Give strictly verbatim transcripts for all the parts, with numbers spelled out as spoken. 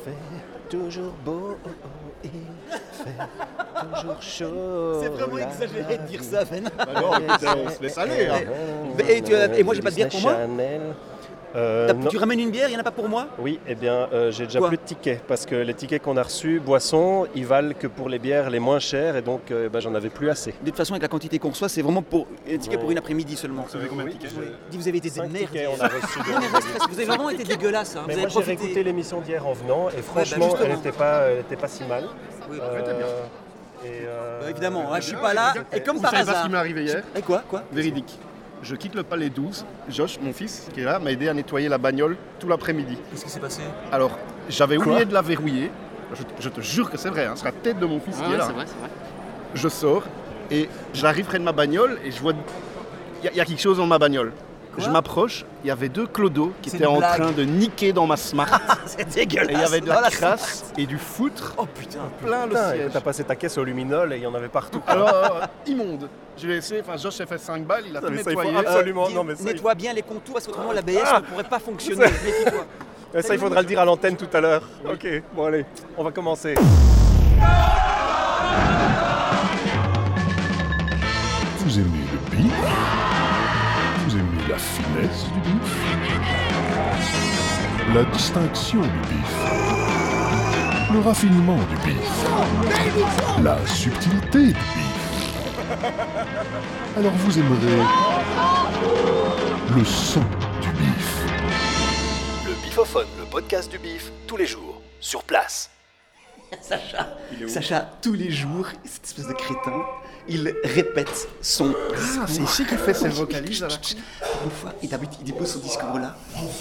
fait toujours beau, oh, oh, il fait toujours chaud. C'est vraiment exagéré de dire ça, Ben. Ah non, putain, on se laisse aller. Hein. Et, tu as- et moi, j'ai pas de bière pour moi. Chanel. Euh, T'as- non. Tu ramènes une bière, il n'y en a pas pour moi? Oui, eh bien, euh, j'ai déjà Quoi plus de tickets parce que les tickets qu'on a reçus, boissons, ils valent que pour les bières les moins chères et donc euh, ben, j'en avais plus assez. De toute façon, avec la quantité qu'on reçoit, c'est vraiment pour un ticket pour une après-midi seulement. Vous savez combien de tickets? Dis, vous avez été des Cinq merdes. tickets on a reçus. de- Non, mais pas stress, vous avez vraiment été dégueulasse. Hein. Mais vous moi avez j'ai profité. réécouté l'émission d'hier en venant et franchement bah, justement. elle n'était pas, elle était pas si mal. Oui, Euh, bah, et, euh, bah, évidemment, hein, je suis pas là. Et comme Vous par savez pas ce hasard. qui m'est arrivé hier? Et quoi, quoi? Véridique. Je quitte le Palais douze. Josh, mon fils, qui est là, m'a aidé à nettoyer la bagnole tout l'après-midi. Qu'est-ce qui s'est passé? Alors, j'avais Quoi oublié de la verrouiller. Je, je te jure que c'est vrai, hein, c'est la tête de mon fils qui est là. c'est vrai, c'est vrai. Je sors et j'arrive près de ma bagnole et je vois. Il y, y a quelque chose dans ma bagnole. Quoi? Je m'approche, il y avait deux clodos qui C'est étaient une en blague. train de niquer dans ma Smart. C'est dégueulasse. Et il y avait de Oh, la la crasse et du foutre Oh putain. plein le Putain, siège. t'as passé ta caisse au luminol et il y en avait partout. Alors, euh, immonde. Je l'ai laissé, enfin Josh a fait cinq balles, il a Ça, tout mais ça, il faut nettoyé. absolument- dis- non, mais ça, il- nettoie bien les contours parce qu'autrement la B S Ah ne pourrait pas fonctionner. Méfie-toi. Et ça il faudra le dire à l'antenne tout à l'heure. Ok, bon allez, on va commencer. Vous aimez le bif? Vous aimez la finesse du bif? La distinction du bif? Le raffinement du bif? La subtilité du bif? Alors vous aimerez le son du bif. Le Bifophone, le podcast du bif, tous les jours, sur place. Sacha, Sacha, tous les jours, cette espèce de crétin, il répète son. Ah, c'est ici qu'il fait ses vocalises à la con. Pour une fois, il, habite- il dépose son discours là.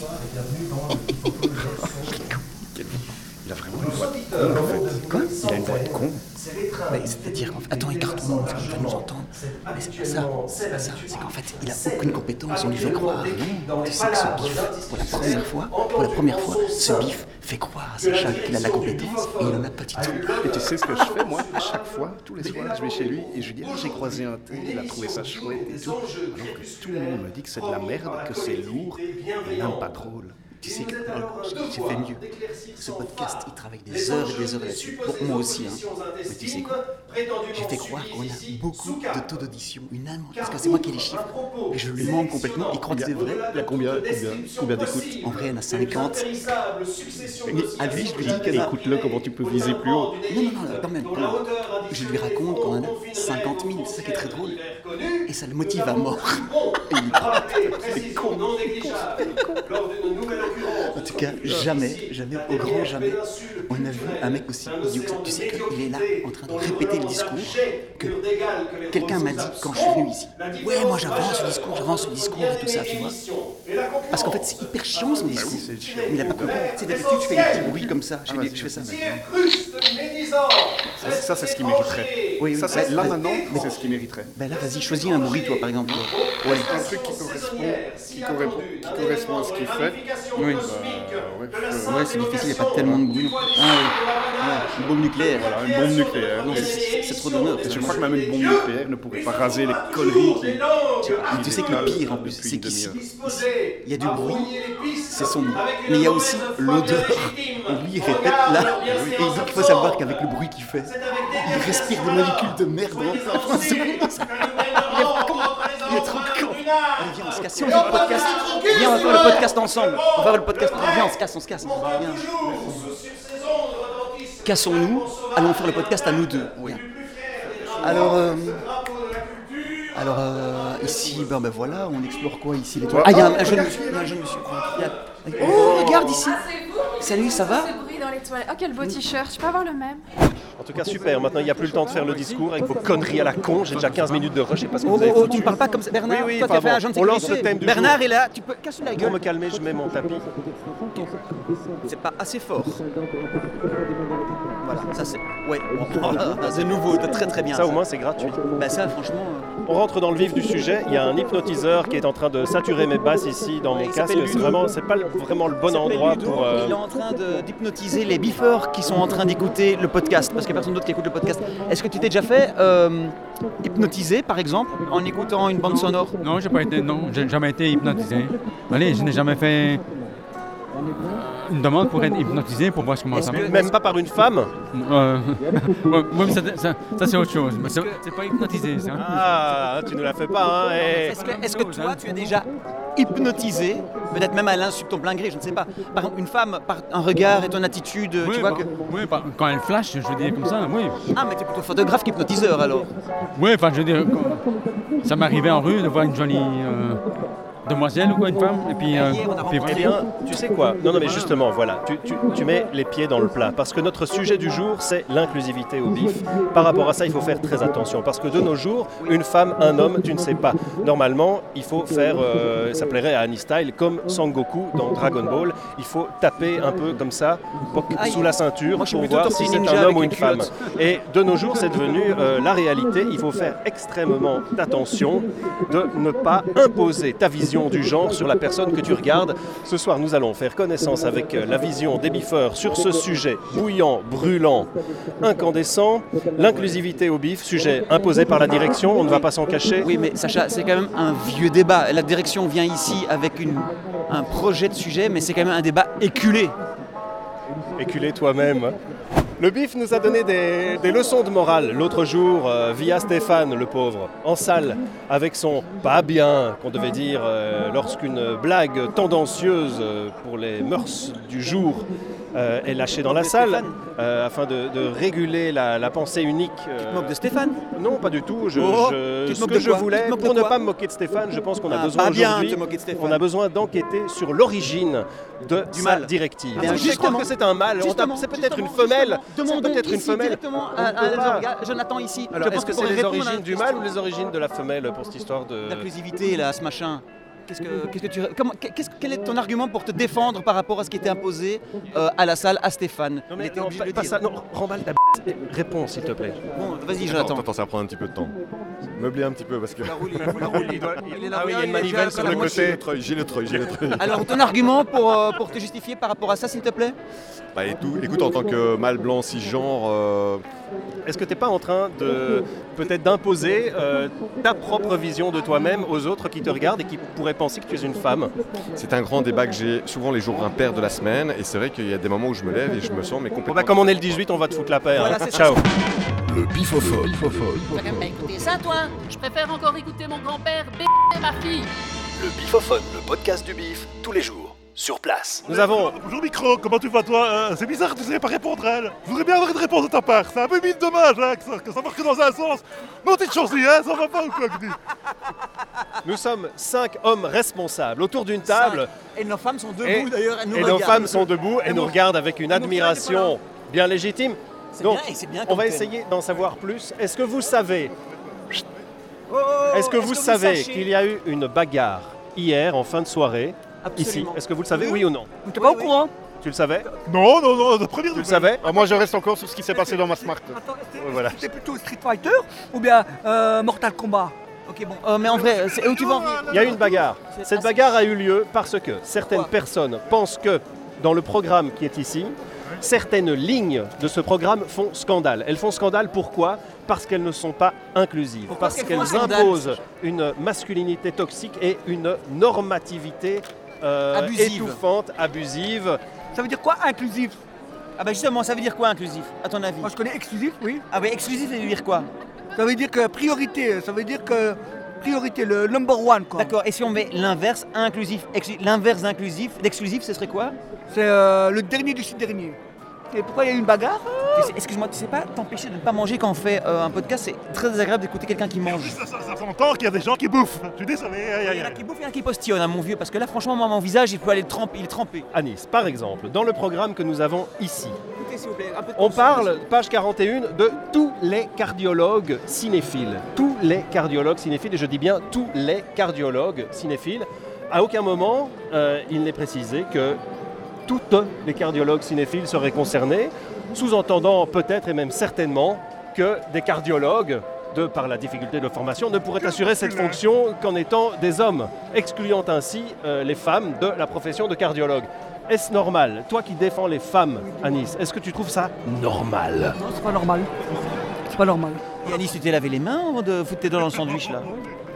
Il a vraiment une voix de con en fait. Quoi? Il a une voix de con. Mais c'est-à-dire qu'en fait, attends, écarte-nous, on va nous entendre. Mais c'est pas ça, c'est pas ça. C'est qu'en fait, il a aucune compétence, on lui fait croire. Non, tu sais que ce bif, pour la première fois, pour la première fois, ce bif fait croire à Sacha qu'il a de la compétence et il en a pas du tout. Et tu sais ce que je fais moi? À chaque fois, tous les soirs, je vais chez lui et je lui dis ah, j'ai croisé un thé, il a trouvé ça chouette et tout. Alors que tout le monde me dit que c'est de la merde, que c'est lourd et même pas drôle. Tu sais que j'ai fait mieux. Ce podcast, il travaille des heures et des heures là-dessus. Pour moi aussi, hein. Mais tu sais quoi? J'ai fait croire qu'on a beaucoup de taux d'audition, une âme, parce que c'est moi qui ai les chiffres. Et je lui mens complètement, il croit que c'est vrai. Il y a combien, combien, combien d'écoutes? En vrai, il y en a cinquante. Mais à lui, je lui dis que Écoute-le, comment tu peux viser plus haut? Non, non, non, quand même. quand même. Je lui raconte qu'on en a cinquante mille, c'est ça qui est très drôle. Et ça le motive à mort. Et il croit. C'est con. En tout cas, jamais, jamais, au grand jamais, on a vu un mec aussi idiot que ça. Tu sais qu'il est là, en train de répéter le discours que quelqu'un m'a dit quand je suis venu ici. Ouais, moi j'avance le discours, j'avance le discours et tout ça, tu vois. Parce qu'en fait, c'est hyper chiant son discours. Il a pas compris. Tu sais, d'habitude, je fais des petits bruits comme ça. Je fais, des- je fais ça maintenant. Ça, ça, c'est ce qui mériterait. Oui, oui, Ça, c'est, ouais, là ouais. maintenant, c'est ce qui mériterait. Ben là, vas-y, choisis un bruit, toi, par exemple. Ouais. Un truc qui correspond, qui correspond, qui correspond à ce qu'il fait. Oui. Bah, ouais, je- Ouais, c'est difficile, il n'y a pas tellement de bruit. non plus. Ah oui. Ouais, une bombe nucléaire. Voilà, une bombe nucléaire. Non, c'est- c'est c'est trop d'honneur. Et je crois que même une bombe nucléaire ne pourrait pas raser les conneries qui... Et tu sais que le pire en plus, c'est qu'ici, ici, il y a du bruit, c'est son nom. Mais il y a aussi l'odeur. Et lui, il répète là. Et donc, il faut savoir qu'avec le bruit qu'il fait, il respire des molécules de merde. Enfin, c'est- il est con. Il est trop con. Allez, viens, on se casse. Si on fait le podcast, viens, on va faire le podcast ensemble. On va faire le podcast. Viens, on se casse, on se casse. Viens. Cassons-nous, allons faire le podcast à nous deux. Viens. Alors, euh, alors euh, ici, ben, ben voilà, on explore quoi ici les toiles. Ah, il y a un, un jeune monsieur, il y a un jeune monsieur. Il y a- Oh, regarde ici. Ah, c'est vous? Salut, ça va? Ce bruit dans les toilettes. Oh, quel beau t-shirt. Je peux avoir le même? En tout cas super, maintenant il n'y a plus le temps de faire le discours avec vos conneries à la con, j'ai déjà quinze minutes de rush, je sais pas ce que Oh, vous avez oh, oh, foutu. tu me parles pas comme ça, Bernard. Oui, oui, toi qui enfin as fait bon, agent de on lance sécurité. le thème du Bernard jour. est là, tu peux casser la Pour gueule. me calmer, je mets mon tapis. C'est pas assez fort. Voilà, ça c'est. Ouais, de nouveau, de très très bien. Ça au moins c'est gratuit. Bah ça, franchement. euh, On rentre dans le vif du sujet, il y a un hypnotiseur qui est en train de saturer mes basses ici dans Ouais, mon il casque, s'appelle c'est Ludo. vraiment, c'est pas le- vraiment le bon il s'appelle endroit Ludo. pour... euh, Il est en train de- d'hypnotiser les biffeurs qui sont en train d'écouter le podcast, parce qu'il n'y a personne d'autre qui écoute le podcast. Est-ce que tu t'es déjà fait euh, hypnotiser, par exemple, en écoutant une bande sonore? Non, j'ai pas été, non, j'ai jamais été hypnotisé. Allez, je n'ai jamais fait Une demande pour être hypnotisé, pour voir comment Est-ce ça que marche. même pas par une femme? Euh, ouais, ouais, mais ça, ça, ça, c'est autre chose. Mais c'est, c'est pas hypnotisé, ça. Ah, tu ne la fais pas, hein et... Est-ce que, est-ce que toi, tu as déjà hypnotisé, peut-être même à l'insu de ton plein gré, je ne sais pas, par exemple, une femme, par un regard et ton attitude, Oui, tu vois bah, que... oui, bah, quand elle flash, je veux dire comme ça, oui. Ah, mais tu es plutôt photographe qu'hypnotiseur, alors. Oui, enfin, je veux dire, quand- ça m'arrivait en rue de voir une jolie euh, demoiselle ou quoi, une femme, et puis... euh, Hier, on a puis Eh rencontré- bien, tu sais quoi? Non, non, mais justement, voilà, tu, tu- tu mets les pieds dans le plat. Parce que notre sujet du jour, c'est l'inclusivité au B I F. Par rapport à ça, il faut faire très attention. Parce que de nos jours, une femme, un homme, tu ne sais pas. Normalement, il faut faire, euh, ça plairait à Annie Style, comme Sangoku dans Dragon Ball. Il faut taper un peu comme ça, poc, Aïe. sous la ceinture, Moi, je suis pour plutôt voir Tortue si c'est Ninja un homme avec ou une une femme. culotte. Et de nos jours, c'est devenu euh, la réalité. Il faut faire extrêmement attention de ne pas imposer ta vision du genre sur la personne que tu regardes. Ce soir, nous allons faire connaissance avec euh, la vision des biffeurs sur ce sujet bouillant, brûlant, incandescent. L'inclusivité au B I F, sujet imposé par la direction, on ne va pas s'en cacher. Oui, mais Sacha, c'est quand même un vieux débat. La direction vient ici avec une, un projet de sujet, mais c'est quand même un débat éculé. Éculé toi-même. Le B I F nous a donné des, des leçons de morale l'autre jour euh, via Stéphane, le pauvre, en salle, avec son pas bien, qu'on devait dire euh, lorsqu'une blague tendancieuse euh, pour les mœurs du jour euh, est lâchée dans la de salle, Stéphane euh, afin de, de réguler la, la pensée unique. euh, Tu te moques de Stéphane? Non, pas du tout. Je, Oh, je- tu te ce moques que de je quoi? Tu voulais, te moques de pour ne quoi? pas me moquer de Stéphane, je pense qu'on a Ah, besoin pas bien aujourd'hui, de te moquer de Stéphane. on a besoin d'enquêter sur l'origine de Du sa mal. directive. Bien, Je justement. crois que c'est un mal. On tape- Justement, C'est peut-être une justement, femelle. justement. C'est peut-être une ici femelle. directement On à, ne à peut pas. Zorga. Jonathan ici. Alors, Je pense est-ce que pour c'est les répondre à origines la du mal question ou les origines de la femelle pour cette histoire de... d'inclusivité, là, ce machin. Qu'est-ce que, qu'est-ce que tu, comment, qu'est-ce, quel est ton argument pour te défendre par rapport à ce qui était imposé euh, à la salle à Stéphane? Non, mais Il était non, obligé pas, de le pas dire. ça. Non, remballe ta b***. Réponds, s'il te plaît. Bon, vas-y, Attends, Jonathan. attends, ça va prendre un petit peu de temps. Meubler un petit peu parce que. Il doit- il- Ah oui, il y a une manivelle sur le J'ai le côté. treuil, j'ai le treuil, j'ai le treuil. Alors, ton argument pour, euh, pour te justifier par rapport à ça, s'il te plaît? Bah, et tout, écoute, en tant que mâle blanc cisgenre, euh, Est-ce que tu n'es pas en train de peut-être d'imposer euh, ta propre vision de toi-même aux autres qui te regardent et qui pourraient penser que tu es une femme? c'est un grand débat que j'ai souvent les jours impairs de la semaine. Et c'est vrai qu'il y a des moments où je me lève et je me sens mais Bon complètement. bah comme on est le dix-huit, on va te foutre la paix. hein. Voilà, c'est ça. Ciao. Le bifophone. T'as quand même pas écouté ça, toi? Je préfère encore écouter mon grand-père b**** ma fille. Le Bifophone, le podcast du B I F, tous les jours, sur place. Nous avons Bonjour Micro, comment tu vas toi? Euh, C'est bizarre que tu ne savais pas répondre à elle. Je voudrais bien avoir une réponse de ta part. C'est un peu mine dommage hein, que, ça, que ça marche que dans un sens. Non, t'es choisi, hein, ça va pas ou quoi que tu dis? Nous sommes cinq hommes responsables autour d'une table Et nos femmes sont debout et, d'ailleurs. Elles nous et nos regardent. femmes sont debout et Et nous mon- regardent avec une et mon frère admiration bien légitime. C'est Donc, bien, et c'est bien on comme va thème. essayer d'en savoir plus. Est-ce que vous savez, Oh, oh, oh, est-ce que vous savez sachez- qu'il y a eu une bagarre hier en fin de soirée ici? Absolument. Est-ce que vous le savez, oui ou non? T'es pas au courant? Tu le savais? Non, non, non, de première Tu le savais? Ah, moi, je reste encore sur ce qui s'est passé dans ma Smart. Voilà. C'est plutôt Street Fighter ou bien euh, Mortal Kombat? Ok, bon. Euh, mais en vrai, c'est où tu vas en venir? Il y a eu une bagarre. Cette bagarre a eu lieu parce que certaines Pourquoi personnes pensent que dans le programme qui est ici, certaines lignes de ce programme font scandale. Elles font scandale pourquoi? Parce qu'elles ne sont pas inclusives, Pourquoi parce est-ce qu'elles qu'elles font scandale, imposent Sacha une masculinité toxique et une normativité euh, Abusive. étouffante, abusive. Ça veut dire quoi inclusif? Ah bah justement, ça veut dire quoi inclusif, à ton avis? Moi je connais exclusif, oui. Ah bah exclusif, ça veut dire quoi? Ça veut dire que priorité, ça veut dire que priorité, le number one quoi. D'accord, et si on met l'inverse, inclusif, exclu- l'inverse d'inclusif, d'exclusif, ce serait quoi? C'est euh, le dernier du sud dernier. Et pourquoi il y a eu une bagarre? Tu sais- Excuse-moi, tu sais pas t'empêcher de ne pas manger quand on fait euh, un podcast, c'est très désagréable d'écouter quelqu'un qui mange. Ça, ça, ça s'entend qu'il y a des gens qui bouffent. Je suis désolé. aïe, Il aïe, y en a aïe. qui bouffent, il y en a qui postillonnent, hein, mon vieux, parce que là, franchement, moi, mon visage, il peut aller tremper, il est trempé. À Nice, par exemple, dans le programme que nous avons ici, Écoutez, s'il vous plaît, un peu de on tension. parle, page quarante et un, de tous les cardiologues cinéphiles. Tous les cardiologues cinéphiles, et je dis bien tous les cardiologues cinéphiles. À aucun moment, euh, il n'est précisé que toutes les cardiologues cinéphiles seraient concernés, sous-entendant peut-être et même certainement que des cardiologues, de par la difficulté de formation, ne pourraient assurer cette fonction qu'en étant des hommes, excluant ainsi euh, les femmes de la profession de cardiologue. Est-ce normal? Toi qui défends les femmes à Nice, est-ce que tu trouves ça normal? Non, c'est pas normal. C'est pas normal. Yanis, tu t'es lavé les mains avant de foutre tes doigts dans le sandwich là?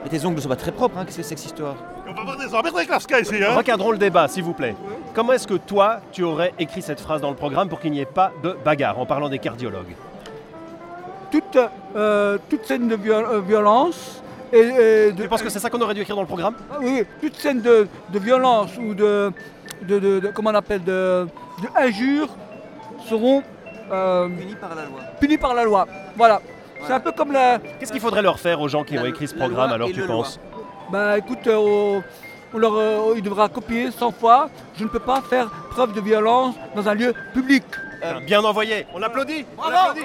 Mais tes ongles sont pas très propres, hein, qu'est-ce que c'est que cette histoire? On va avoir des emmerdes avec la Sky ici, hein. Recadrons le débat, s'il vous plaît. Comment est-ce que toi, tu aurais écrit cette phrase dans le programme pour qu'il n'y ait pas de bagarre, en parlant des cardiologues? Toute, euh, toute scène de viol- euh, violence et, et de... Tu penses que c'est ça qu'on aurait dû écrire dans le programme? Ah oui, oui, toute scène de, de violence ou de, de, de, de- comment on appelle, de, de injures seront euh, Puni par la loi. punies par la loi. Voilà. C'est un peu comme la... Qu'est-ce qu'il faudrait leur faire aux gens qui La- ont écrit ce la programme, loi alors et tu le penses? Bah écoute, euh, on, on leur, euh, il devra copier cent fois. Je ne peux pas faire preuve de violence dans un lieu public. Euh, Bien envoyé, on applaudit, on applaudit.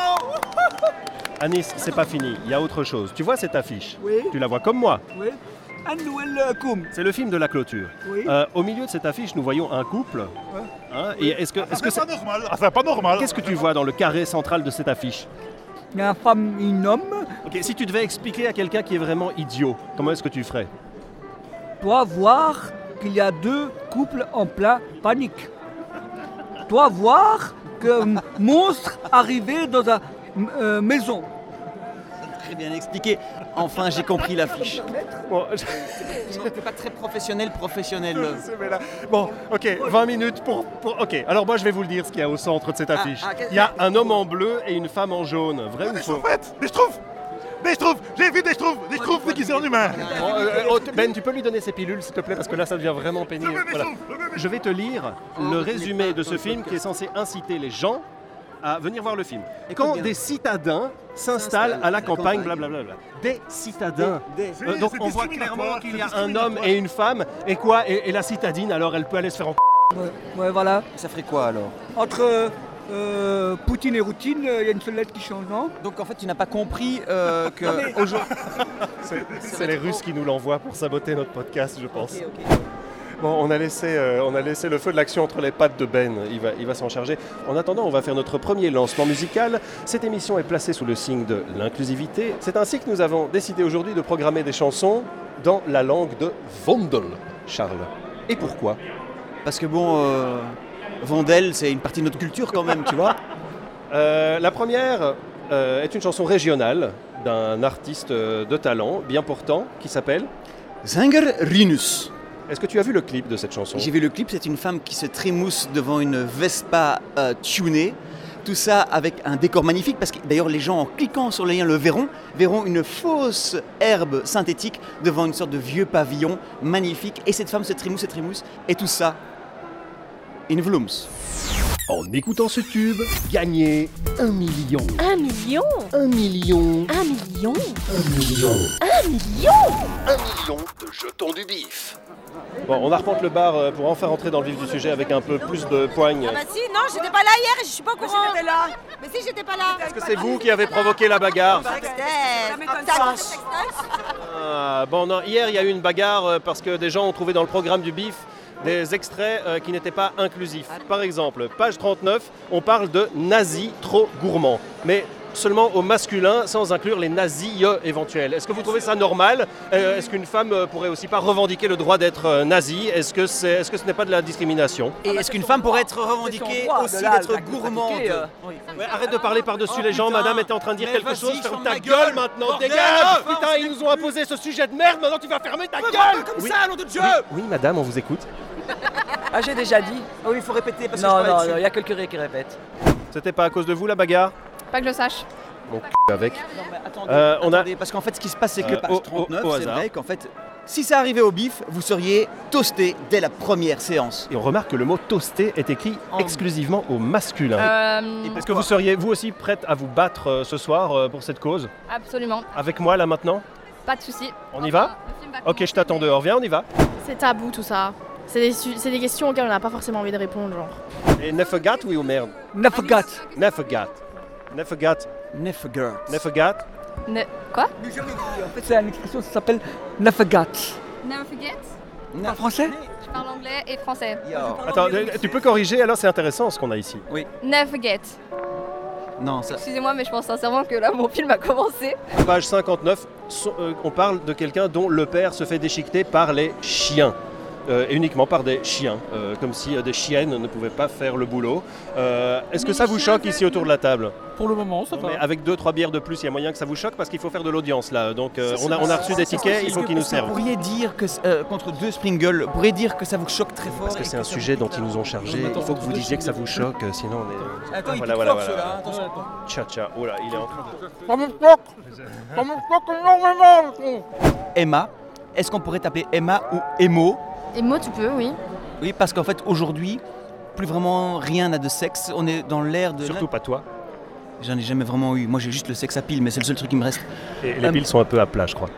Anis, c'est pas fini, il y a autre chose. Tu vois cette affiche? Oui. Tu la vois comme moi. Oui. Un nouvel euh, cum. C'est le film de la clôture. Oui. Euh, au milieu de cette affiche, nous voyons un couple. Hein, et est-ce que, est-ce que C'est c'est- pas normal. Ah, c'est pas normal. Qu'est-ce que tu vois dans le carré central de cette affiche? Il y a une femme et un homme. Ok, si tu devais expliquer à quelqu'un qui est vraiment idiot, comment est-ce que tu ferais? Doit voir qu'il y a deux couples en plein panique. Doit voir que un monstre arrivé dans une euh, maison. Très bien expliqué. Enfin, j'ai compris l'affiche. Bon, C'est pas très professionnel, professionnel. bon, ok, vingt minutes pour, pour- Ok, alors moi je vais vous le dire ce qu'il y a au centre de cette affiche. ah, qu'est-ce- Il y a un homme en bleu et une femme en jaune. Vrai ou Des faux? chaufferettes, des schtroumpfs, des schtroumpfs. J'ai vu des schtroumpfs, des schtroumpfs déguisés en humains. Bon, euh, oh, t- Ben, tu peux lui donner ses pilules s'il te plaît parce que là ça devient vraiment pénible. Le bébé Voilà. chauffe, le bébé Je vais te lire le résumé de ce film qui est censé inciter les gens à venir voir le film. Quand bien. des citadins s'installent à la campagne, blablabla. Des citadins. Des- Euh, donc c'est on voit discriminatoire, clairement qu'il y a c'est un homme discriminatoire. et une femme. Et quoi et, et la citadine, alors elle peut aller se faire en... Ouais, ouais, voilà. Ça ferait quoi alors? Entre euh, Poutine et Routine, euh, il y a une seule lettre qui change, non? Donc en fait, tu n'as pas compris euh, que aujourd'hui. C'est c'est les Russes qui nous l'envoient pour saboter notre podcast, je pense. Ok, ok. Bon, on a laissé, euh, on a laissé le feu de l'action entre les pattes de Ben. Il va, il va s'en charger. En attendant, on va faire notre premier lancement musical. Cette émission est placée sous le signe de l'inclusivité. C'est ainsi que nous avons décidé aujourd'hui de programmer des chansons dans la langue de Vondel, Charles. Et pourquoi? Parce que bon, euh, Vondel, c'est une partie de notre culture quand même, tu vois. Euh, La première euh, est une chanson régionale d'un artiste euh, de talent, bien portant, qui s'appelle... Zanger Rinus. Est-ce que tu as vu le clip de cette chanson? J'ai vu le clip, c'est une femme qui se trémousse devant une Vespa euh, tunée. Tout ça avec un décor magnifique, parce que d'ailleurs les gens en cliquant sur le lien le verront, verront une fausse herbe synthétique devant une sorte de vieux pavillon magnifique. Et cette femme se trémousse et trémousse. Et tout ça, in Vlooms. En écoutant ce tube, gagnez un million. Un million Un million. Un million Un million. Un million Un million de jetons du bif. Bon, on arpente le bar euh, pour enfin rentrer dans le vif du sujet avec un peu plus de poigne. Ah bah si, non, j'étais pas là hier et je suis pas au courant. Mais là. Mais si, j'étais pas là. Est-ce que c'est vous qui avez provoqué la bagarre? Steph. Ah, bon, non, hier il y a eu une bagarre euh, parce que des gens ont trouvé dans le programme du bif des extraits euh, qui n'étaient pas inclusifs. Par exemple, page trente-neuf, on parle de nazis trop gourmands, mais seulement au masculin, sans inclure les nazis euh, éventuels. Est-ce que vous trouvez ça normal? Euh, Est-ce qu'une femme euh, pourrait aussi pas revendiquer le droit d'être euh, nazi? Est-ce que, c'est, est-ce que ce n'est pas de la discrimination? Et est-ce qu'une femme pourrait être revendiquée aussi d'être gourmande? Ouais, arrête de parler par-dessus les gens, putain. madame était en train de dire Mais quelque vas-y, chose, ferme ferme ta ma gueule gueule, maintenant, bordel, dégage! à Putain, force. ils nous ont imposé ce sujet de merde, maintenant tu vas fermer ta gueule! Comme Oui. ça, nom de Dieu! Oui, madame, on vous écoute. Ah, j'ai déjà dit. Ah oui, il faut répéter parce que Non, je parlais non, dessus. il y a que le curé qui répète. C'était pas à cause de vous la bagarre? Pas que je sache. Mon c*** avec. Non, mais attendez, Euh, on a- attendez, parce qu'en fait, ce qui se passe, c'est que Euh, page au- au- trente-neuf, au c'est hasard. vrai qu'en fait, si ça arrivait au bif, vous seriez toasté dès la première séance. Et on remarque que le mot toasté est écrit exclusivement au masculin. Euh, Est-ce que vous seriez vous aussi prête à vous battre euh, ce soir euh, pour cette cause? Absolument. Avec moi là maintenant? Pas de soucis. On y va? Ok, je t'attends dehors, viens, on y va. C'est tabou tout ça. C'est des, su- c'est des questions auxquelles on n'a pas forcément envie de répondre, genre. Et Nefegat, oui ou merde? Nefegat. Nefegat. Nefegat. Nefegat. Nefegat. Ne... Quoi? En fait, c'est une expression qui s'appelle Nefegat. Never forget. En français? Je parle anglais et français. Attends, euh, tu peux corriger alors, c'est intéressant ce qu'on a ici. Oui. Never forget. Non, ça. Excusez-moi, mais je pense sincèrement que là, mon film a commencé. Page cinquante-neuf, so- euh, on parle de quelqu'un dont le père se fait déchiqueter par les chiens. euh, et uniquement par des chiens, euh, comme si euh, des chiennes ne pouvaient pas faire le boulot. Euh, est-ce que ça vous choque ici autour de la table? Pour le moment, ça va. Mais avec deux trois bières de plus, il y a moyen que ça vous choque parce qu'il faut faire de l'audience là. Donc euh, on, a, on a reçu des tickets, il faut qu'ils nous servent. Vous pourriez dire que euh, contre deux Springles, vous pourriez dire que ça vous choque très fort. Parce que c'est un sujet dont ils nous ont chargé. Il faut que vous disiez que ça vous choque, sinon on est. Attends, il voilà, pique voilà, fort, voilà. ceux-là, attention. Tcha tcha. Oh là, il est en train de. Ça me choque. Ça me choque énormément. Emma, est-ce qu'on pourrait t'appeler Emma ou Emo? Emo, tu peux, oui. Oui, parce qu'en fait aujourd'hui, plus vraiment rien n'a de sexe. On est dans l'ère de. Surtout pas toi. J'en ai jamais vraiment eu. Moi j'ai juste le sexe à pile, mais c'est le seul truc qui me reste. Et les piles sont un peu à plat, je crois.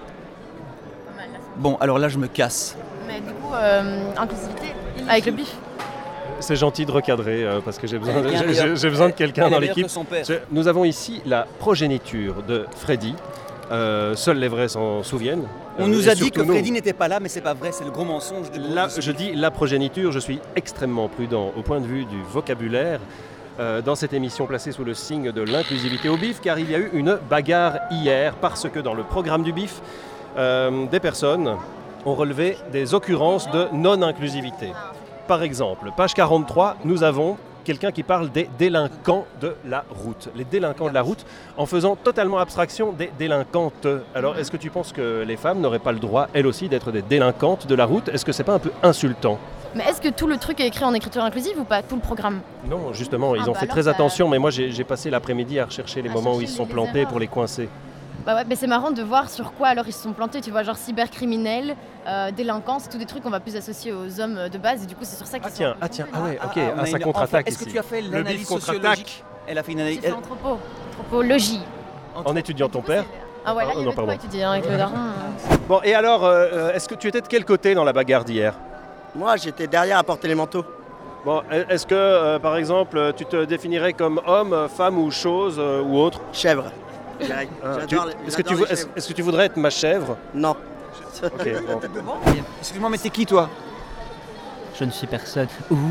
Bon, alors là je me casse. Mais du coup, euh, inclusivité avec le bif. C'est gentil de recadrer euh, parce que j'ai besoin, de- Elle est bien j'ai- meilleure. j'ai- j'ai besoin de quelqu'un Elle est dans meilleure l'équipe. que son père. Je- Nous avons ici la progéniture de Freddy. Euh, seuls les vrais s'en souviennent. On Euh, nous et a dit surtout que nous. Freddy n'était pas là, mais c'est pas vrai, c'est le gros mensonge. De Là, je dis la progéniture, je suis extrêmement prudent au point de vue du vocabulaire euh, dans cette émission placée sous le signe de l'inclusivité au bif, car il y a eu une bagarre hier, parce que dans le programme du bif, euh, des personnes ont relevé des occurrences de non-inclusivité. Par exemple, page quarante-trois, nous avons quelqu'un qui parle des délinquants de la route. Les délinquants de la route, en faisant totalement abstraction des délinquantes. Alors, est-ce que tu penses que les femmes n'auraient pas le droit, elles aussi, d'être des délinquantes de la route? Est-ce que c'est pas un peu insultant? Mais est-ce que tout le truc est écrit en écriture inclusive ou pas? Tout le programme? Non, justement, ils Ah ont bah fait alors très ça- attention, mais moi j'ai j'ai passé l'après-midi à rechercher les À moments où chercher ils se sont les plantés erreurs. pour les coincer. Bah ouais, mais c'est marrant de voir sur quoi alors ils se sont plantés, tu vois, genre cybercriminels, euh, délinquants, c'est tous des trucs qu'on va plus associer aux hommes de base et du coup c'est sur ça qu'ils Ah tiens, ah tiens, ah ouais, ok, on ah, a ça une- contre-attaque Est-ce que ici. tu as fait Le l'analyse bif contre-attaque. sociologique? Elle a fait une analyse. J'ai fait anthropo, anthropologie. En étudiant ton père. Ah ouais, là il y non, avait de quoi pardon. étudier hein, avec le daron. hein. Bon, et alors, euh, est-ce que tu étais de quel côté dans la bagarre d'hier? Moi, j'étais derrière à porter les manteaux. Bon, est-ce que, euh, par exemple, tu te définirais comme homme, femme ou chose euh, ou autre? Chèvre. Ah, J'adore tu- les- Est-ce que, tu j'adore vou- les est-ce- chèvres. est-ce que tu voudrais être ma chèvre? Non. Ok, bon. Excuse-moi, mais t'es qui toi? Je ne suis personne.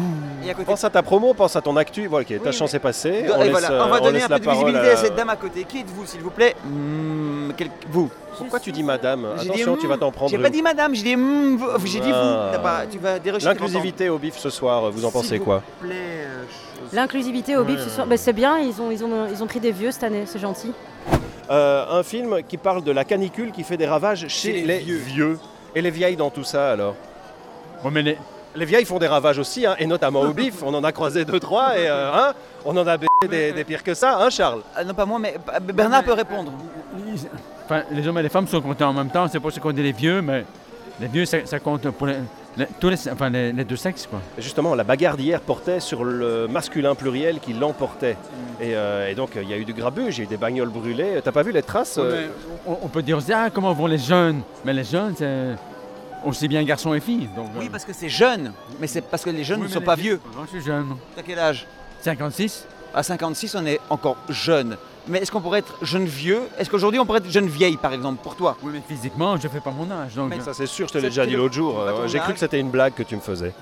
Pense à ta promo, pense à ton actu. Bon, ok, ta chance est passée. Et On laisse, voilà, euh, on va donner laisse un la peu de parole visibilité à... à- cette dame à côté. Qui êtes-vous, s'il vous plaît? Hmm, quel- Vous. Pourquoi tu dis madame? J'ai dit, Attention, hmm, tu vas t'en prendre J'ai une. pas dit madame, j'ai dit hmm, vous. J'ai dit Ah. vous. T'as pas- tu vas dérocher. L'inclusivité au bif ce soir, vous en pensez quoi? L'inclusivité au bif, ce soir, bah, c'est bien, ils ont, ils, ont, ils ont pris des vieux cette année, c'est gentil. Euh, un film qui parle de la canicule qui fait des ravages chez les, vieux. Et les vieilles dans tout ça alors? mais les... les vieilles font des ravages aussi, hein, et notamment au bif. On en a croisé deux, trois, et euh, hein, on en a baisé des, des pires que ça, hein Charles? Ah, non, pas moi, mais Bernard peut répondre. Enfin, les hommes et les femmes sont comptés en même temps, c'est pour ça qu'on dit les vieux, mais les vieux, ça, ça compte pour les, les- tous les, enfin, les, les deux sexes, quoi. Justement, la bagarre d'hier portait sur le masculin pluriel qui l'emportait. Et, euh, et donc, il y a eu du grabuge, il y a eu des bagnoles brûlées. T'as pas vu les traces? Ouais, euh, mais on, on peut dire aussi, ah, comment vont les jeunes? Mais les jeunes, c'est aussi bien garçons et filles. Donc, Oui, parce que c'est jeune, mais c'est parce que les jeunes Oui, ne mais sont les pas vieux- vieux. Moi, je suis jeune. T'as quel âge? cinquante-six. À cinquante-six, on est encore jeune. Mais est-ce qu'on pourrait être jeune vieux? Est-ce qu'aujourd'hui on pourrait être jeune vieille, par exemple, pour toi? Oui, mais physiquement, je fais pas mon âge. Donc... Ça, c'est sûr, je te l'ai C'est- déjà dit l'autre jour. Pas ton Euh, J'ai cru âge. que c'était une blague que tu me faisais.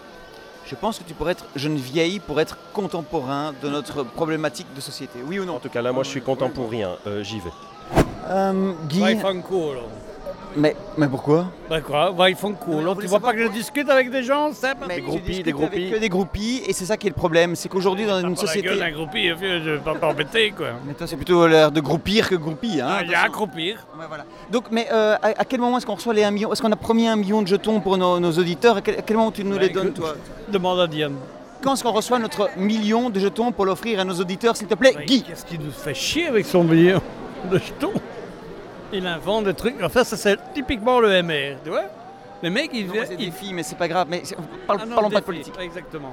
Je pense que tu pourrais être jeune vieille pour être contemporain de notre problématique de société. Oui ou non? En tout cas, là, moi, je suis content pour rien. Euh, J'y vais. Euh, Guy. Ouais, ils font cool. Mais, mais pourquoi? Bah quoi? Ouais, ils font cool. Tu vois pas que je discute avec des gens, c'est pas Des groupies, des groupies. Avec que des groupies, et c'est ça qui est le problème. C'est qu'aujourd'hui, dans une Pas la société. gueule d'un groupie, vieux, je vais pas t'embêter quoi. Mais toi, c'est plutôt l'air de groupir que groupie. Hein, Ah, il y a à groupir. Ouais, voilà. Donc, mais euh, à, à quel moment est-ce qu'on reçoit les un million? Est-ce qu'on a promis un million de jetons pour nos, nos auditeurs? À quel, à quel moment tu nous Bah, les donnes, écoute, toi? Demande à Diane. Quand est-ce qu'on reçoit notre million de jetons pour l'offrir à nos auditeurs, s'il te plaît, Ouais, Guy? Qu'est-ce qu'il nous fait chier avec son million de jetons? Il invente des trucs. Enfin, ça, c'est typiquement le M R, tu vois? Le mec, il Non, vient. c'est il- des filles, mais c'est pas grave. Mais c'est- parle- Ah non, parlons des pas de filles, politique. Exactement.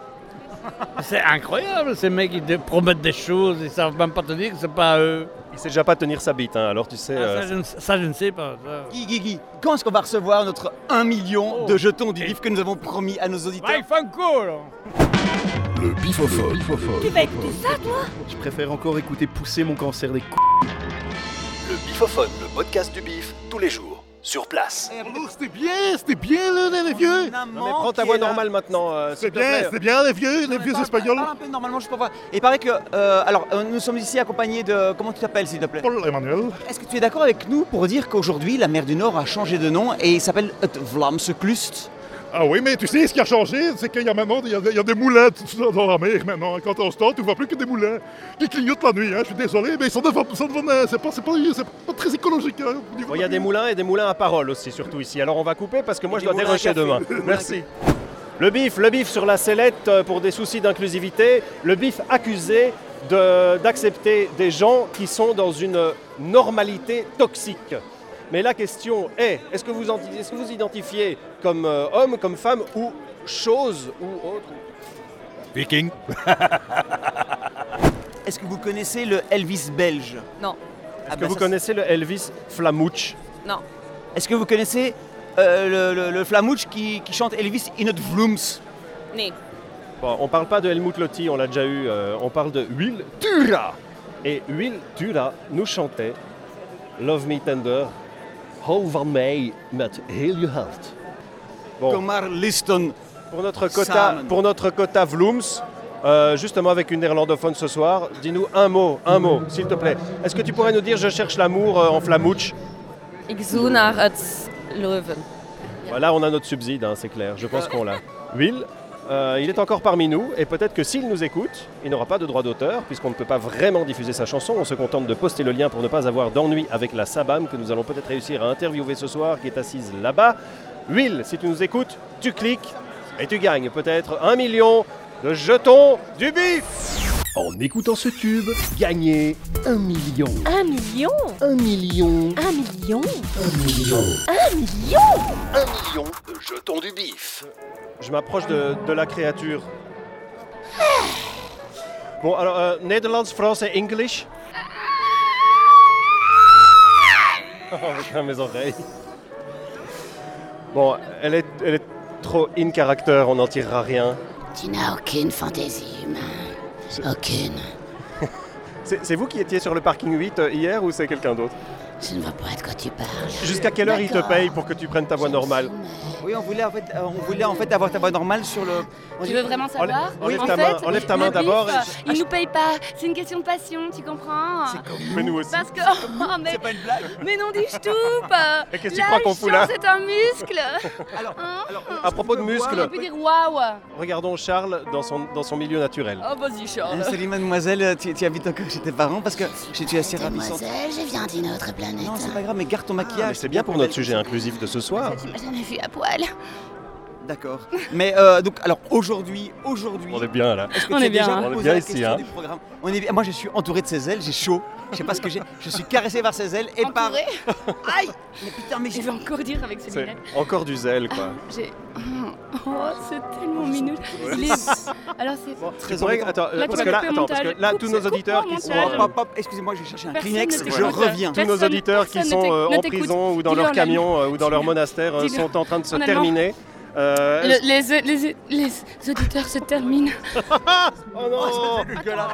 C'est incroyable, ces mecs, ils te promettent des choses, ils savent même pas te dire que c'est pas eux. Il sait déjà pas tenir sa bite, hein, alors tu sais. Ah, euh, ça, je ne, ça, je ne sais pas. ça. Guy, Guy, Guy, quand est-ce qu'on va recevoir notre un million de jetons du livre que nous avons promis à nos auditeurs? Ouais, ils font cool. Le bifophone. Tu vas écouter ça, toi? Je préfère encore écouter pousser mon cancer des couilles. Le bifophone, le podcast du bif, tous les jours, sur place. C'était bien, c'était bien là, les vieux. Non, mais prends ta voix normale maintenant. euh, s'il C'est te bien, plaît. c'était bien les vieux, les vieux Parle- espagnols. Parle un peu normalement, juste pour voir. Et il paraît que. euh, alors, euh, nous sommes ici accompagnés de. Comment tu t'appelles, s'il te plaît? Paul Emmanuel. Est-ce que tu es d'accord avec nous pour dire qu'aujourd'hui, la mer du Nord a changé de nom et il s'appelle het Vlaamse Klust? Ah oui, mais tu sais, ce qui a changé, c'est qu'il y a maintenant il y a, il y a des moulins dans, dans la mer maintenant. Quand on se tend, tu ne vois plus que des moulins qui clignotent la nuit. Hein. Je suis désolé, mais ça devient, ça devient, c'est pas, c'est pas, c'est pas très écologique. Hein, bon, il y a des moulins et des moulins à parole aussi, surtout ici. Alors on va couper parce que moi je dois dérocher demain. Merci. Le bif, le bif sur la sellette pour des soucis d'inclusivité. Le bif accusé de, d'accepter des gens qui sont dans une normalité toxique. Mais la question est, est-ce que vous, est-ce que vous identifiez comme euh, homme, comme femme ou chose ou autre? Viking. Est-ce que vous connaissez le Elvis belge? Non. Est-ce ah que bah vous connaissez le Elvis Flamouche? Non. Est-ce que vous connaissez euh, le, le, le Flamouche qui, qui chante Elvis in het Vloems? Non. Bon, on parle pas de Helmut Lotti, on l'a déjà eu, euh, on parle de Will Tura. Et Will Tura nous chantait Love Me Tender. Hou van mij met heel je hart. Bon. Kom maar listen. Pour notre quota, pour notre quota Vloems, euh, justement avec une néerlandophone ce soir, dis-nous un mot, un mot, s'il te plaît. Est-ce que tu pourrais nous dire je cherche l'amour euh, en flamouche? Ik zoek naar het leven. Voilà, on a notre subside, hein, c'est clair. Je pense qu'on l'a. Will, euh, il est encore parmi nous et peut-être que s'il nous écoute, il n'aura pas de droit d'auteur puisqu'on ne peut pas vraiment diffuser sa chanson. On se contente de poster le lien pour ne pas avoir d'ennui avec la Sabam que nous allons peut-être réussir à interviewer ce soir, qui est assise là-bas. Will, si tu nous écoutes, tu cliques et tu gagnes peut-être un million de jetons du bif. En écoutant ce tube, gagnez un million. Un million? Un million. Un million? Un million. Un million? Un million de jetons du bif. Je m'approche de, de la créature. Bon, alors, euh, Nederlands, français, English. Oh, avec mes oreilles. Bon, elle est, elle est trop in character, on n'en tirera rien. Tu n'as aucune fantaisie humaine. Aucune. c'est, c'est vous qui étiez sur le parking huit hier ou c'est quelqu'un d'autre? Je ne vois pas de quoi tu parles. Jusqu'à quelle heure il te paye pour que tu prennes ta voix normale? Oui, on voulait en fait, euh, on voulait en fait avoir ta voix normale sur le... Tu veux vraiment savoir? Enlève, en ta, fait, main, enlève ta main d'abord. Bif, et... Il nous paye pas, c'est une question de passion, tu comprends? C'est comme mais nous aussi. Parce que... Oh, mais... C'est pas une blague. Mais non, dis-je tout. Et qu'est-ce que tu crois qu'on fout là? C'est un muscle. alors, hein alors, à propos de muscles... On peut dire waouh. Regardons Charles dans son, dans son milieu naturel. Oh, vas-y Charles. Euh, salut mademoiselle, tu, tu habites encore chez tes parents parce que je suis assez ravissante. Mademoiselle, je viens d'une autre planète. Non, c'est pas grave, mais garde ton maquillage. Ah, c'est bien pour notre sujet inclusif de ce soir. Tu m'as jamais vu à poil. D'accord. Mais euh, donc, alors aujourd'hui, aujourd'hui... On est bien là. Est-ce que on tu est as bien, déjà hein. posé On est bien la ici, question hein. du programme? On est bien. Moi, je suis entouré de ses ailes, j'ai chaud. Je sais pas ce que j'ai. Je suis caressé par ses ailes et par... Entouré. Aïe. Mais putain, mais Je vais encore dire avec ces C'est lunettes. encore du zèle, quoi. J'ai... Oh, c'est tellement minouche. Les... Alors c'est... Bon, tu pourrais... Attends, Là, parce tu que vas là, couper attends, au parce que montage. là, Coupe, tous nos coupe auditeurs au qui sont... montage. Hop, hop, hop. Excusez-moi, je vais chercher un Personne Kleenex, ne je t'écoute. reviens. Tous nos auditeurs qui Personne sont ne euh, t'écoute. en prison ou dans Dis-le leur en camion allemand. euh, ou dans leur Dis-le. monastère euh, Dis-le. sont en train de se En allemand. terminer. Euh, Le- les, les, les, les auditeurs se terminent. Oh non! c'est dégueulasse.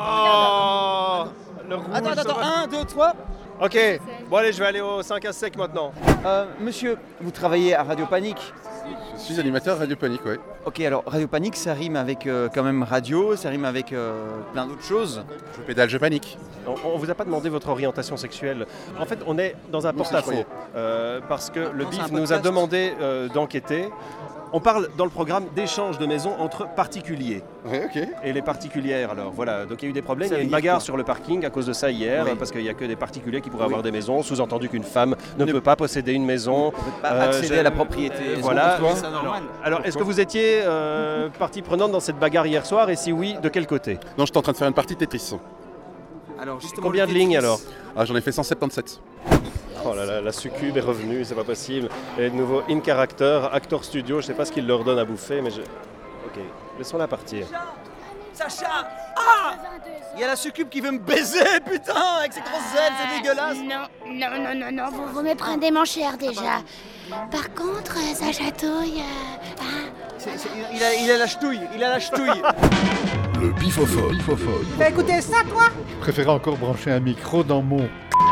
Oh, le rouge, Attends, ça attends, va. un, deux, trois. Ok, bon allez, je vais aller au cinq à sec maintenant. Euh, monsieur, vous travaillez à Radio Panique? Je suis animateur Radio Panique, oui. Ok, alors Radio Panique, ça rime avec euh, quand même radio, ça rime avec euh, plein d'autres choses. Je pédale, je panique. On, on vous a pas demandé votre orientation sexuelle. En fait, on est dans un Non, c'est porte-à-faux croyez. euh, parce que le Non, c'est bif un nous a podcast. demandé euh, d'enquêter. On parle dans le programme d'échange de maisons entre particuliers. Oui, ok. Et les particulières, alors voilà, donc il y a eu des problèmes, Ça il y a veut une dire bagarre quoi? sur le parking à cause de ça hier, Oui. parce qu'il n'y a que des particuliers qui pourraient Oui. avoir des maisons, sous-entendu qu'une femme ne, Ne- peut pas posséder une maison. On peut pas Euh, accéder j'ai- à la propriété. euh, Est-ce voilà. qu'on trouve ça normal? Alors, est-ce que vous étiez euh, partie prenante dans cette bagarre hier soir, et si oui, de quel côté? Non, j'étais en train de faire une partie Tetris. Alors, justement, Combien le de lignes Tetris. alors? Ah, j'en ai fait cent soixante-dix-sept. Oh là là, la succube est revenue, c'est pas possible. Et de nouveau, in character, Actor Studio, je sais pas ce qu'il leur donne à bouffer, mais je... Ok, laissons-la partir. Sacha! Ah! Il y a la succube qui veut me baiser, putain, avec ses grosses ailes, c'est dégueulasse! Non, non, non, non, non, vous, vous me prenez mon cher déjà. Par contre, euh, ça chatouille. euh, hein. C'est- c'est- il, a, il a la ch'touille, il a la ch'touille! Le bifophone. bifophone. T'as écouté ça, toi? Je préférais encore brancher un micro dans mon...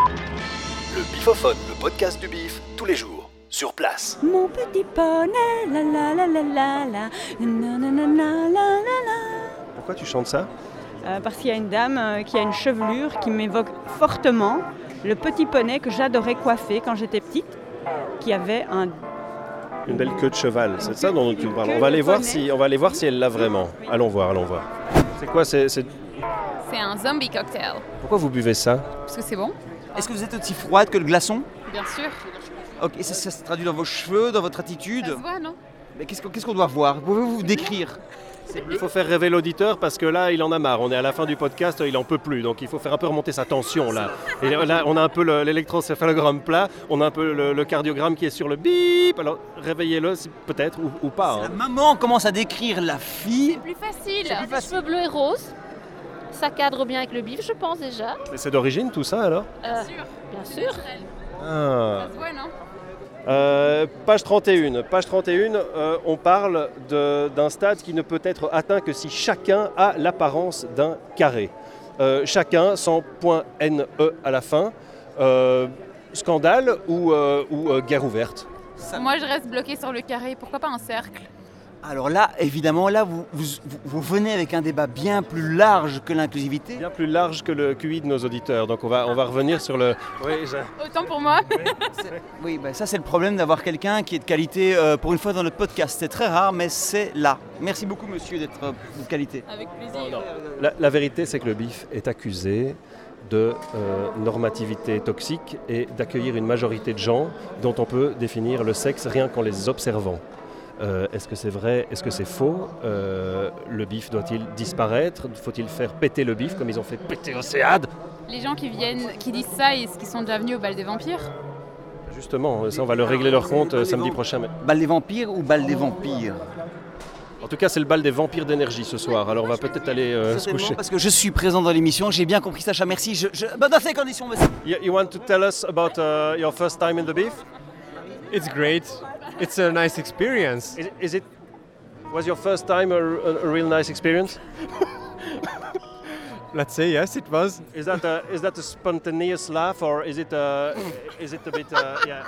Le bifophone, le podcast du bif, tous les jours, sur place. Mon petit poney, la la la la la la, na na na na la la la. Pourquoi tu chantes ça? Euh, parce qu'il y a une dame euh, qui a une chevelure qui m'évoque fortement le petit poney que j'adorais coiffer quand j'étais petite, qui avait un Une belle queue de cheval, c'est ça dont tu me parles. On va aller voir si, on va aller voir si elle l'a vraiment. Allons voir, allons voir. C'est quoi c'est, c'est... C'est un zombie cocktail. Pourquoi vous buvez ça? Parce que c'est bon. Est-ce que vous êtes aussi froide que le glaçon? Bien sûr. Ok, ça, ça se traduit dans vos cheveux, dans votre attitude? Ça se voit, non? Mais qu'est-ce, qu'est-ce qu'on doit voir? Pouvez-vous vous décrire? Il faut faire rêver l'auditeur parce que là, il en a marre. On est à la fin du podcast, il en peut plus. Donc il faut faire un peu remonter sa tension là. Et là, on a un peu le, l'électrocéphalogramme plat, on a un peu le, le cardiogramme qui est sur le bip. Alors réveillez-le peut-être ou, ou pas. Hein. La maman commence à décrire la fille. C'est plus facile. C'est plus facile. Cheveux bleus et roses. Ça cadre bien avec le bif, je pense déjà. Mais c'est d'origine tout ça alors? euh, Bien sûr. Ah. Ça se voit, non? Euh, page trente et un, page trente et un euh, on parle de, d'un stade qui ne peut être atteint que si chacun a l'apparence d'un carré. Euh, chacun sans point N E à la fin. Euh, scandale ou, euh, ou euh, guerre ouverte? Moi je reste bloqué sur le carré, pourquoi pas un cercle? Alors là, évidemment, là, vous, vous, vous venez avec un débat bien plus large que l'inclusivité. Bien plus large que le Q I de nos auditeurs. Donc on va, on va revenir sur le... Oui, je... Autant pour moi. Oui, bah ça c'est le problème d'avoir quelqu'un qui est de qualité euh, pour une fois dans notre podcast. C'est très rare, mais c'est là. Merci beaucoup, monsieur, d'être euh, de qualité. Avec plaisir. Oh, non. La, la vérité, c'est que le B I F est accusé de euh, normativité toxique et d'accueillir une majorité de gens dont on peut définir le sexe rien qu'en les observant. Euh, est-ce que c'est vrai? Est-ce que c'est faux? euh, Le B I F doit-il disparaître? Faut-il faire péter le B I F comme ils ont fait péter Océade? Les gens qui viennent, qui disent ça, est-ce qu'ils sont déjà venus au bal des vampires? Justement, ça on va leur régler leur compte euh, samedi prochain. Mais... Bal des vampires ou bal des vampires? En tout cas, c'est le bal des vampires d'énergie ce soir. Alors on va peut-être aller euh, se coucher. Parce que je suis présent dans l'émission, j'ai bien compris Sacha, merci. Je, je... Bah, dans ces conditions, monsieur. You, you want to tell us about uh, your first time in the B I F? It's great. It's a nice experience. Is, is it? Was your first time a, a, a real nice experience? Let's say yes, it was. Is that a, is that a spontaneous laugh or is it a, is it a bit uh, yeah?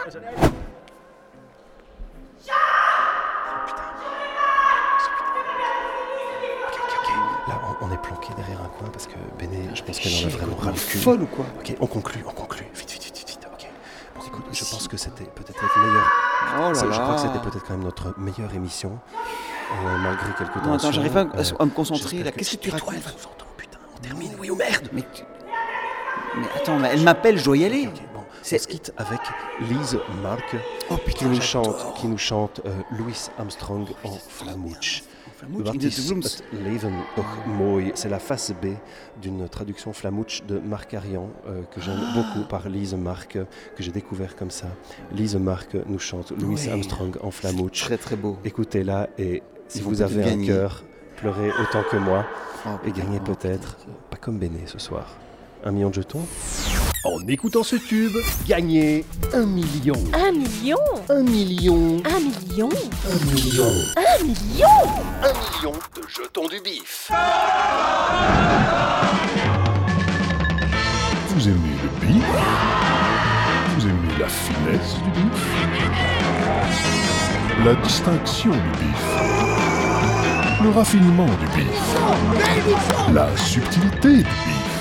Là, on, on est planqué derrière un coin parce que Béné, je pense qu'elle en a vraiment ras le cul. Folle ou quoi? Ok, on conclut, on conclut. Vite, vite, vite, vite. Ok. Bon, écoute, je pense que c'était peut-être notre meilleure. Oh là je là. crois que c'était peut-être quand même notre meilleure émission, euh, malgré quelques tensions. Non, attends, j'arrive pas à, euh, à me concentrer là. Qu'est-ce que tu racontes? racontes? Elle va nous entendre, putain. On termine, oui ou merde? Mais, tu... mais attends, mais elle m'appelle, je dois y aller. Okay, okay, bon. On se quitte avec Lise Mark, oh, putain, qui nous chante, qui nous chante euh, Louis Armstrong en Flamouche. Wat is het leven toch mooi? C'est la face B d'une traduction flamouche de Marc Arian euh, que j'aime ah. beaucoup par Lise Mark, que j'ai découvert comme ça. Lise Mark nous chante Louis oui. Armstrong en flamouche. Très très beau. Écoutez-la et si vous, vous avez un cœur, pleurez autant que moi oh, et gagnez peut-être, pas comme Béné ce soir, un million de jetons. En écoutant ce tube, gagnez un million. Un million Un million. Un million Un million. Un million Un million de jetons du B I F. Vous aimez le B I F? Vous aimez la finesse du B I F? La distinction du B I F? Le raffinement du B I F? La subtilité du B I F?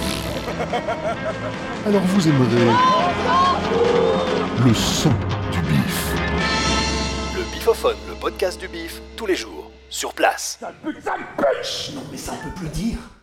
Alors vous aimerez le son du B I F. Le Bifophone, le podcast du B I F, tous les jours, sur place. Non mais ça on peut plus dire.